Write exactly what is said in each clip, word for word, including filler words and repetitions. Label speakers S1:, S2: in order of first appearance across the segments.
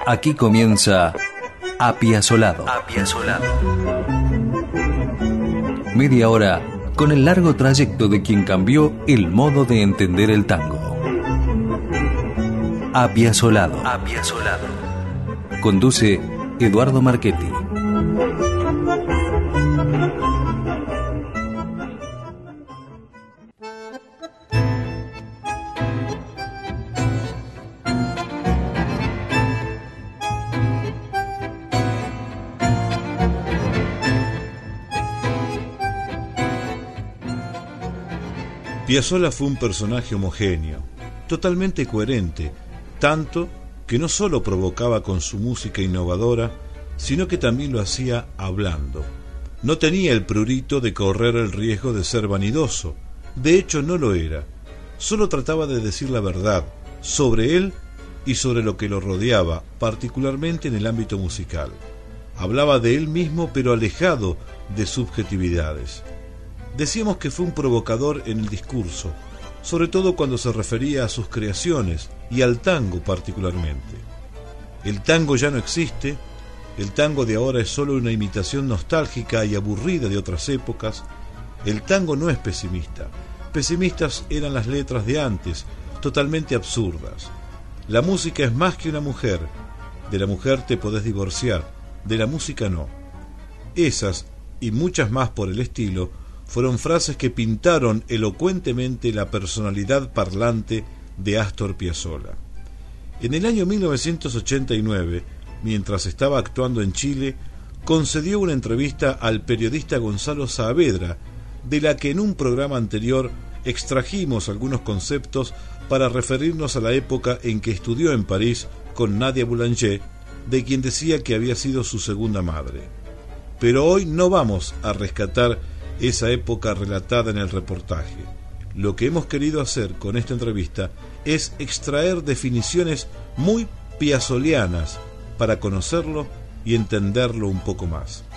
S1: Aquí comienza Apiazolado. Apiazolado. Media hora con el largo trayecto de quien cambió el modo de entender el tango. Apiazolado. Apiazolado. Conduce Eduardo Marchetti.
S2: Piazzolla fue un personaje homogéneo, totalmente coherente, tanto que no solo provocaba con su música innovadora, sino que también lo hacía hablando. No tenía el prurito de correr el riesgo de ser vanidoso, de hecho no lo era, solo trataba de decir la verdad sobre él y sobre lo que lo rodeaba, particularmente en el ámbito musical. Hablaba de él mismo pero alejado de subjetividades. Decíamos que fue un provocador en el discurso, sobre todo cuando se refería a sus creaciones y al tango particularmente. El tango ya no existe, el tango de ahora es solo una imitación nostálgica y aburrida de otras épocas. El tango no es pesimista, pesimistas eran las letras de antes, totalmente absurdas. La música es más que una mujer, de la mujer te podés divorciar, de la música no. Esas, y muchas más por el estilo, fueron frases que pintaron elocuentemente la personalidad parlante de Astor Piazzolla. En el año mil novecientos ochenta y nueve, mientras estaba actuando en Chile, concedió una entrevista al periodista Gonzalo Saavedra, de la que en un programa anterior extrajimos algunos conceptos para referirnos a la época en que estudió en París con Nadia Boulanger, de quien decía que había sido su segunda madre. Pero hoy no vamos a rescatar esa época relatada en el reportaje. Lo que hemos querido hacer con esta entrevista es extraer definiciones muy piazzolianas para conocerlo y entenderlo un poco más.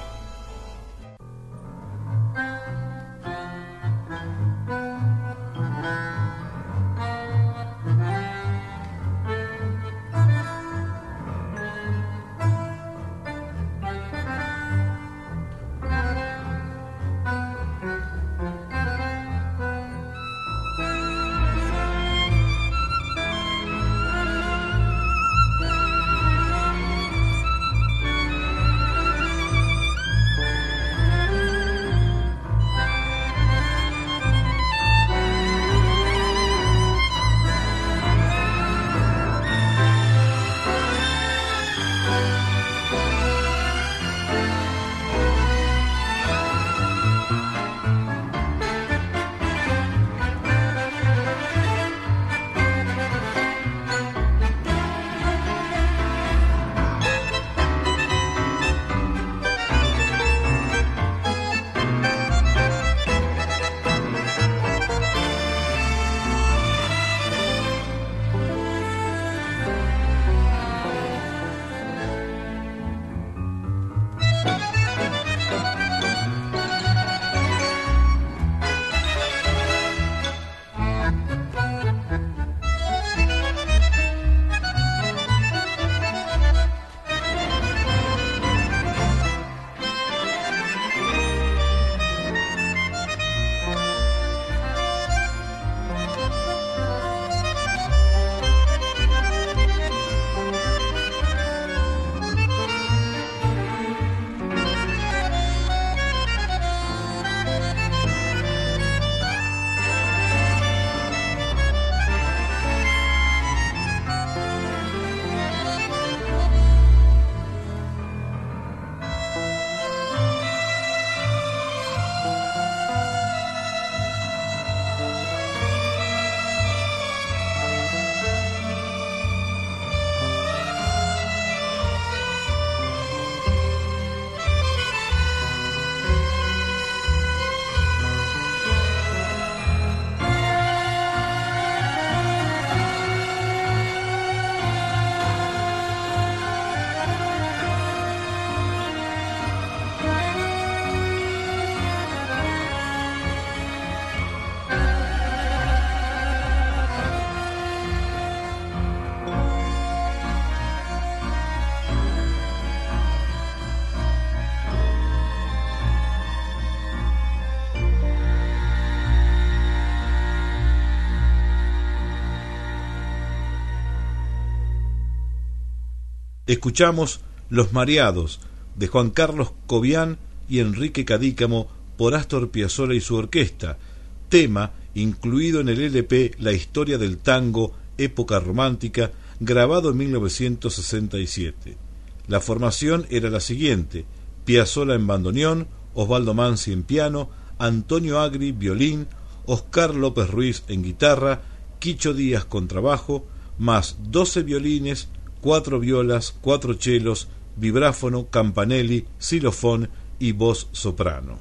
S2: Escuchamos Los Mareados, de Juan Carlos Cobian y Enrique Cadícamo, por Astor Piazzolla y su orquesta, tema incluido en el L P La Historia del Tango, Época Romántica, grabado en mil novecientos sesenta y siete. La formación era la siguiente: Piazzolla en bandoneón, Osvaldo Manzi en piano, Antonio Agri violín, Oscar López Ruiz en guitarra, Quicho Díaz contrabajo, más doce violines, cuatro violas, cuatro chelos, vibráfono, campanelli, xilofón y voz soprano.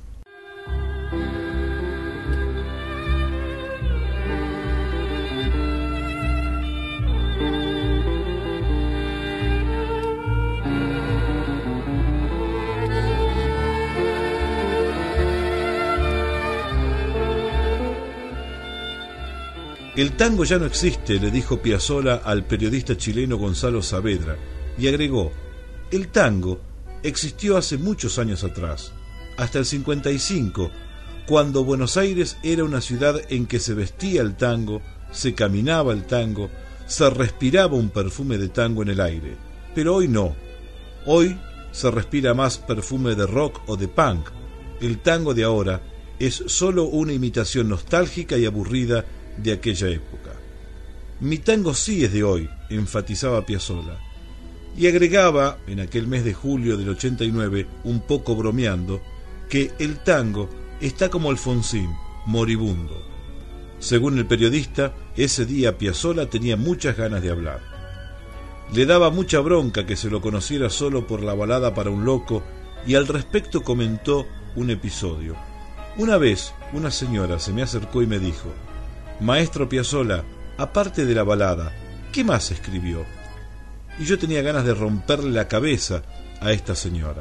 S2: El tango ya no existe, le dijo Piazzolla al periodista chileno Gonzalo Saavedra, y agregó: el tango existió hace muchos años atrás, hasta el cincuenta y cinco, cuando Buenos Aires era una ciudad en que se vestía el tango, se caminaba el tango, se respiraba un perfume de tango en el aire. Pero hoy no. Hoy se respira más perfume de rock o de punk. El tango de ahora es solo una imitación nostálgica y aburrida de aquella época. Mi tango sí es de hoy, enfatizaba Piazzolla, y agregaba en aquel mes de julio del ochenta y nueve, un poco bromeando, que el tango está como Alfonsín, moribundo. Según el periodista, ese día Piazzolla tenía muchas ganas de hablar. Le daba mucha bronca que se lo conociera solo por la balada para un loco, y al respecto comentó un episodio. Una vez una señora se me acercó y me dijo: maestro Piazzolla, aparte de la balada, ¿qué más escribió? Y yo tenía ganas de romperle la cabeza a esta señora.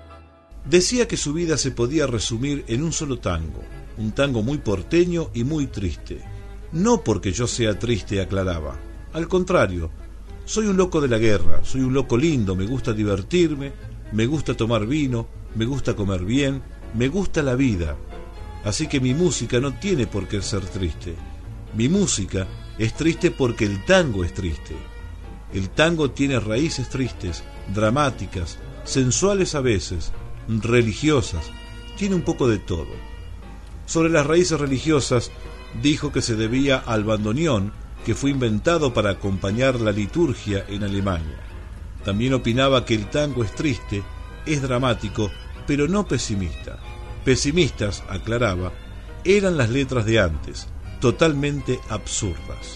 S2: Decía que su vida se podía resumir en un solo tango, un tango muy porteño y muy triste. No porque yo sea triste, aclaraba. Al contrario, soy un loco de la guerra, soy un loco lindo, me gusta divertirme, me gusta tomar vino, me gusta comer bien, me gusta la vida. Así que mi música no tiene por qué ser triste. Mi música es triste porque el tango es triste. El tango tiene raíces tristes, dramáticas, sensuales a veces, religiosas, tiene un poco de todo. Sobre las raíces religiosas, dijo que se debía al bandoneón, que fue inventado para acompañar la liturgia en Alemania. También opinaba que el tango es triste, es dramático, pero no pesimista. Pesimistas, aclaraba, eran las letras de antes, totalmente absurdas.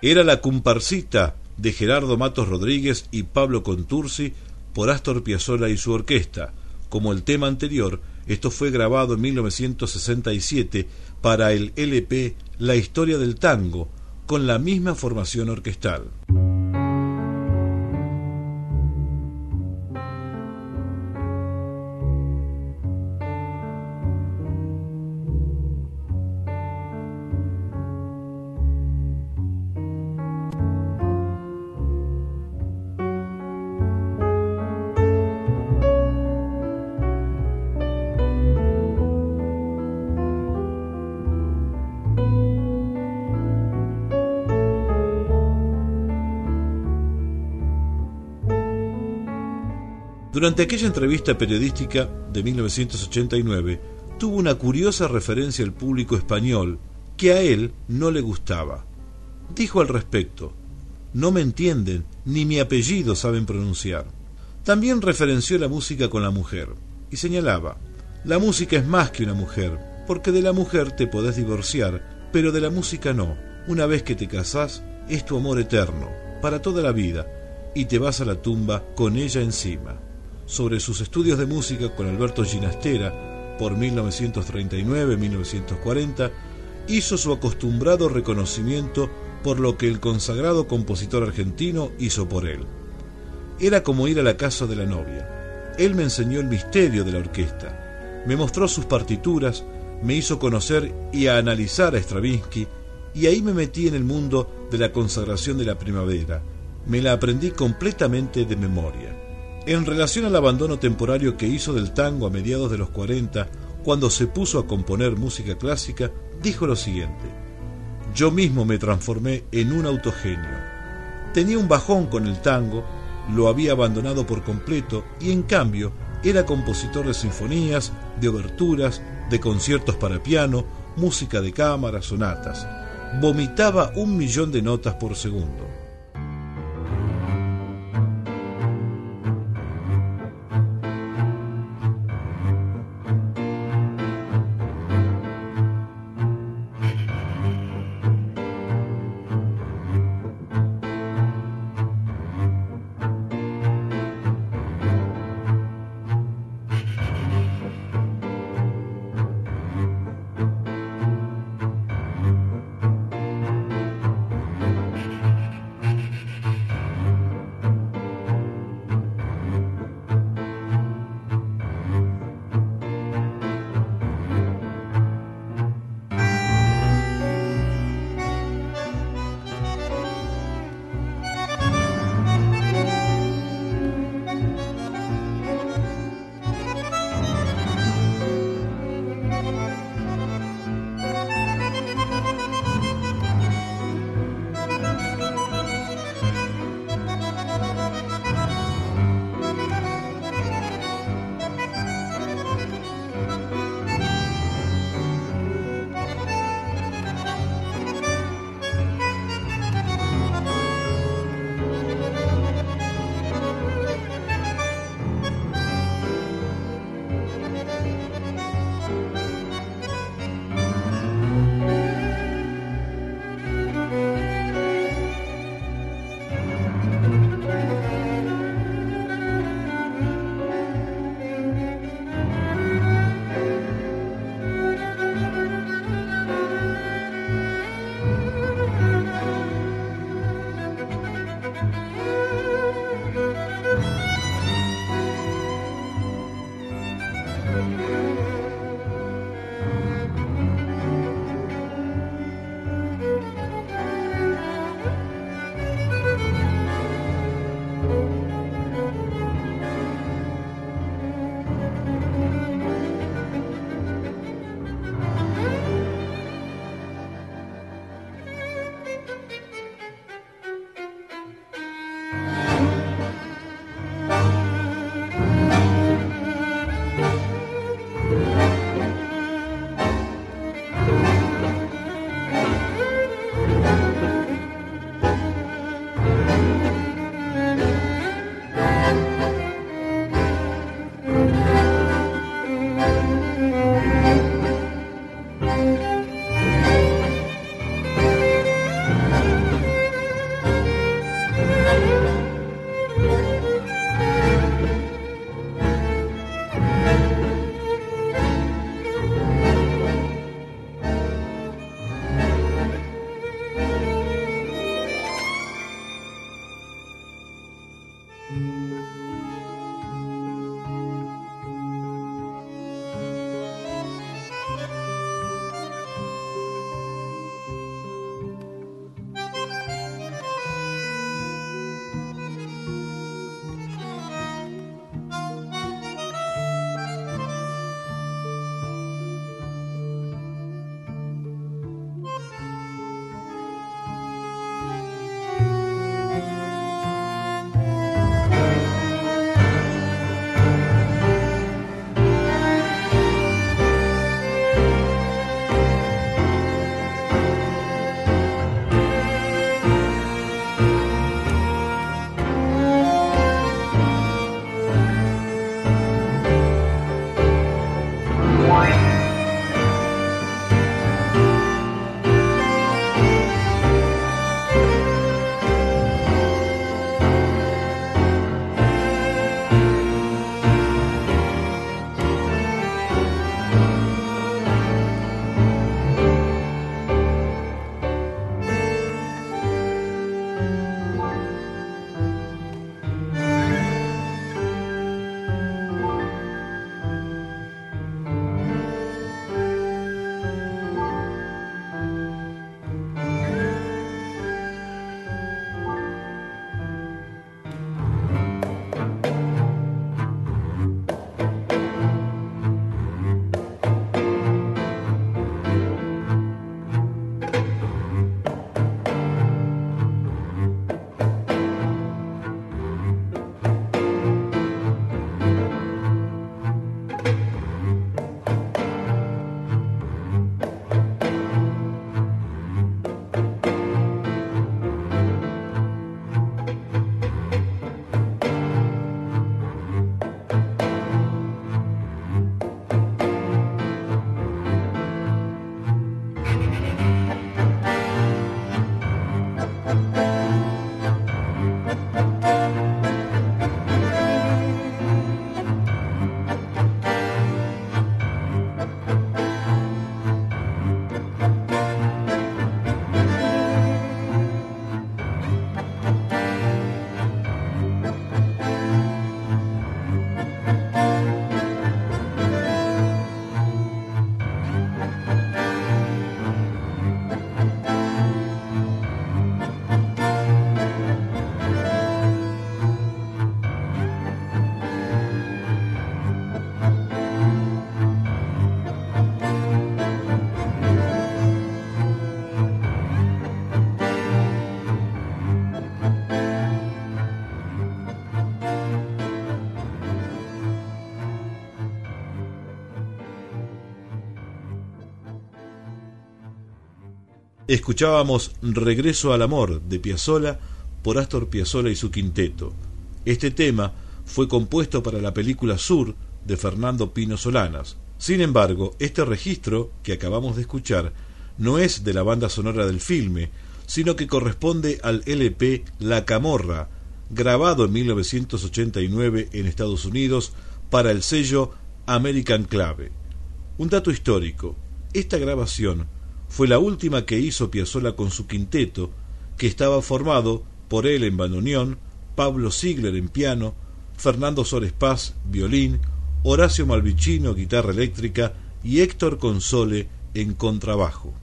S2: Era la comparsita de Gerardo Matos Rodríguez y Pablo Contursi por Astor Piazzolla y su orquesta. Como el tema anterior, esto fue grabado en mil novecientos sesenta y siete para el L P La historia del tango, con la misma formación orquestal. Durante aquella entrevista periodística de mil novecientos ochenta y nueve, tuvo una curiosa referencia al público español que a él no le gustaba. Dijo al respecto: no me entienden, ni mi apellido saben pronunciar. También referenció la música con la mujer, y señalaba: la música es más que una mujer, porque de la mujer te podés divorciar, pero de la música no. Una vez que te casás, es tu amor eterno, para toda la vida, y te vas a la tumba con ella encima. Sobre sus estudios de música con Alberto Ginastera por mil novecientos treinta y nueve a mil novecientos cuarenta, hizo su acostumbrado reconocimiento por lo que el consagrado compositor argentino hizo por él. Era como ir a la casa de la novia. Él me enseñó el misterio de la orquesta, me mostró sus partituras, me hizo conocer y a analizar a Stravinsky, y ahí me metí en el mundo de la consagración de la primavera. Me la aprendí completamente de memoria. En relación al abandono temporario que hizo del tango a mediados de los cuarenta, cuando se puso a componer música clásica, dijo lo siguiente: yo mismo me transformé en un autogenio. Tenía un bajón con el tango, lo había abandonado por completo y en cambio era compositor de sinfonías, de oberturas, de conciertos para piano, música de cámara, sonatas. Vomitaba un millón de notas por segundo. Escuchábamos Regreso al Amor de Piazzolla por Astor Piazzolla y su quinteto. Este tema fue compuesto para la película Sur de Fernando Pino Solanas. Sin embargo, este registro que acabamos de escuchar no es de la banda sonora del filme, sino que corresponde al L P La Camorra, grabado en mil novecientos ochenta y nueve en Estados Unidos para el sello American Clave. Un dato histórico: esta grabación fue la última que hizo Piazzolla con su quinteto, que estaba formado por él en bandoneón, Pablo Ziegler en piano, Fernando Sores Paz, violín, Horacio Malvicino, guitarra eléctrica, y Héctor Console en contrabajo.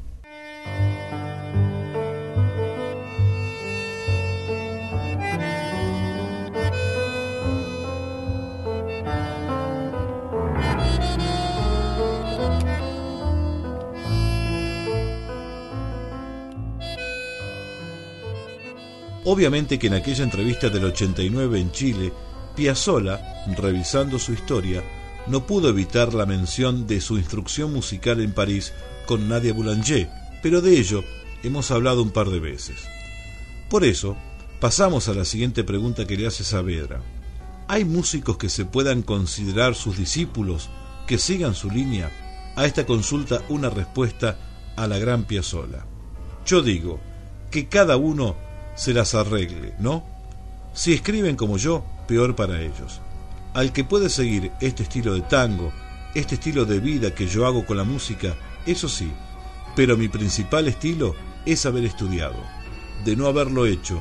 S2: Obviamente que en aquella entrevista del ochenta y nueve en Chile, Piazzolla, revisando su historia, no pudo evitar la mención de su instrucción musical en París con Nadia Boulanger, pero de ello hemos hablado un par de veces. Por eso, pasamos a la siguiente pregunta que le hace Saavedra. ¿Hay músicos que se puedan considerar sus discípulos, que sigan su línea? A esta consulta una respuesta a la gran Piazzolla. Yo digo que cada uno se las arregle, ¿no? Si escriben como yo, peor para ellos. Al que puede seguir este estilo de tango, este estilo de vida que yo hago con la música, eso sí, pero mi principal estilo es haber estudiado. De no haberlo hecho,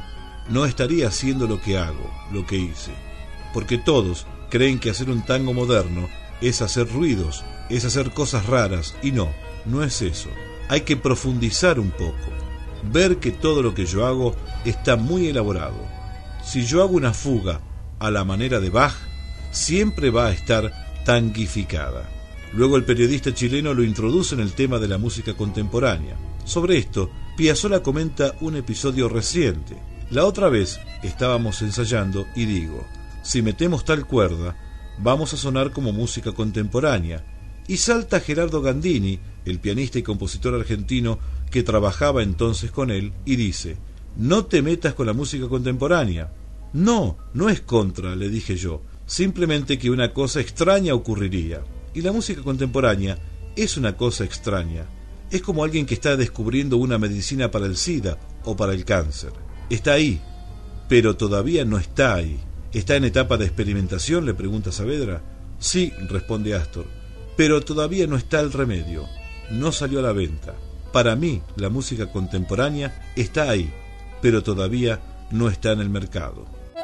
S2: no estaría haciendo lo que hago, lo que hice. Porque todos creen que hacer un tango moderno es hacer ruidos, es hacer cosas raras, y no, no es eso. Hay que profundizar un poco, ver que todo lo que yo hago está muy elaborado. Si yo hago una fuga a la manera de Bach, siempre va a estar tanguificada. Luego el periodista chileno lo introduce en el tema de la música contemporánea. Sobre esto, Piazzolla comenta un episodio reciente. La otra vez estábamos ensayando y digo, si metemos tal cuerda, vamos a sonar como música contemporánea. Y salta Gerardo Gandini, el pianista y compositor argentino que trabajaba entonces con él, y dice, no te metas con la música contemporánea. No, no es contra, le dije yo, simplemente que una cosa extraña ocurriría. Y la música contemporánea es una cosa extraña. Es como alguien que está descubriendo una medicina para el SIDA o para el cáncer. Está ahí, pero todavía no está ahí. ¿Está en etapa de experimentación?, le pregunta Saavedra. Sí, responde Astor, pero todavía no está el remedio. No salió a la venta. Para mí, la música contemporánea está ahí, pero todavía no está en el mercado.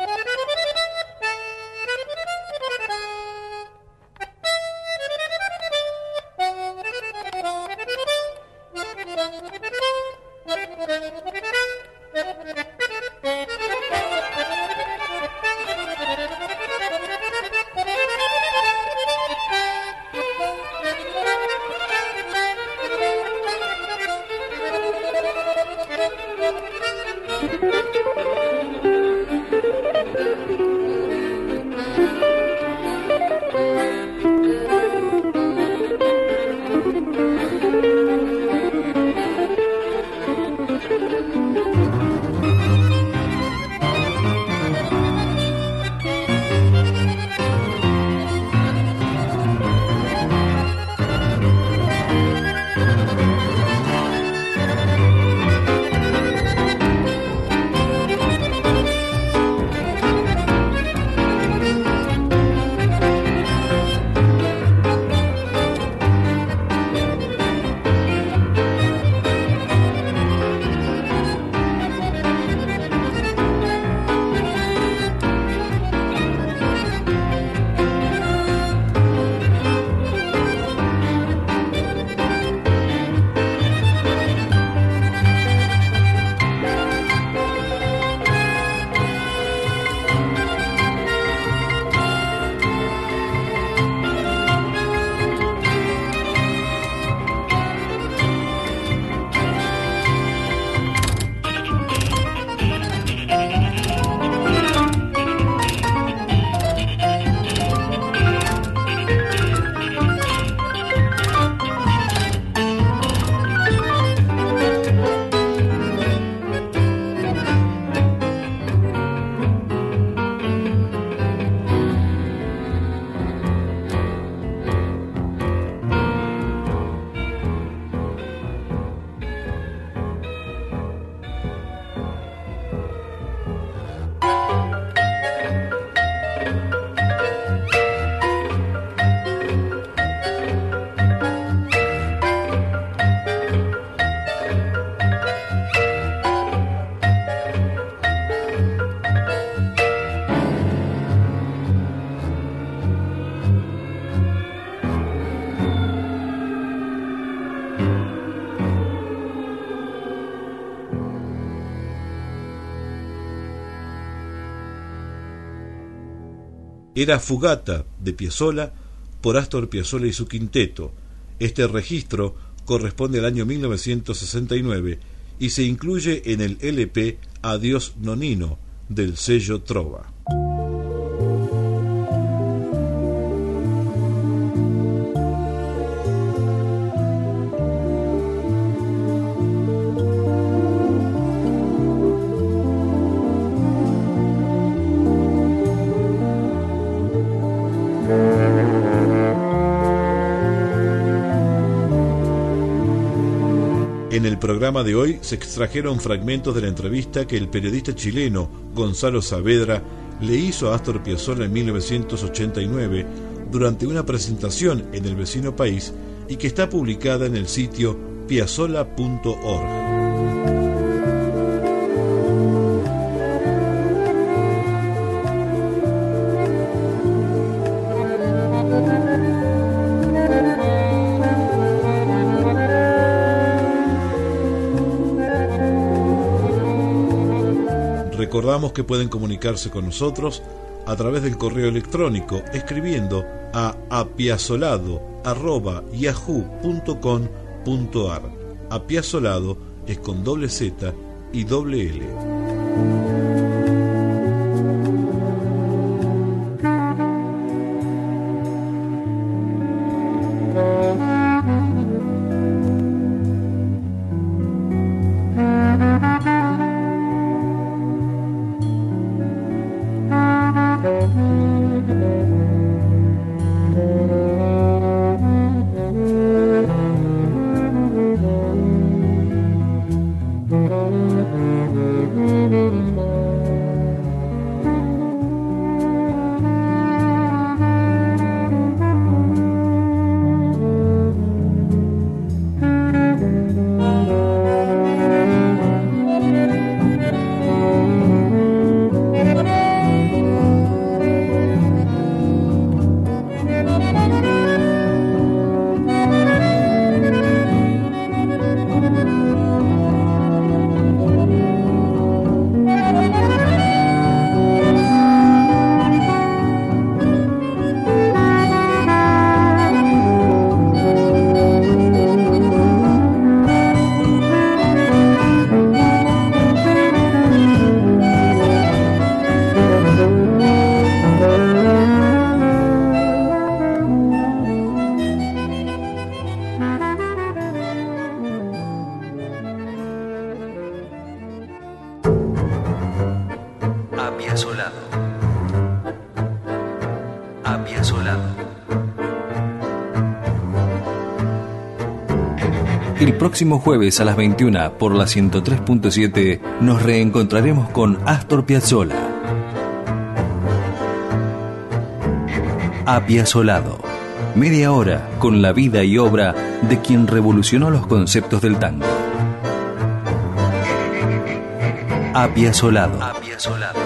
S2: Era Fugata de Piazzolla por Astor Piazzolla y su quinteto. Este registro corresponde al año mil novecientos sesenta y nueve y se incluye en el L P Adiós Nonino del sello Trova. En el programa de hoy se extrajeron fragmentos de la entrevista que el periodista chileno Gonzalo Saavedra le hizo a Astor Piazzolla en mil novecientos ochenta y nueve durante una presentación en el vecino país y que está publicada en el sitio piazzolla punto org. recordamos que pueden comunicarse con nosotros a través del correo electrónico escribiendo a apiazolado arroba yahoo punto com punto ar. Apiazolado es con doble Z y doble L.
S1: Apiazolado. Apiazolado. El próximo jueves a las veintiuna por la ciento tres punto siete nos reencontraremos con Astor Piazzolla. Apiazolado. Media hora con la vida y obra de quien revolucionó los conceptos del tango. Apiazolado. Apiazolado.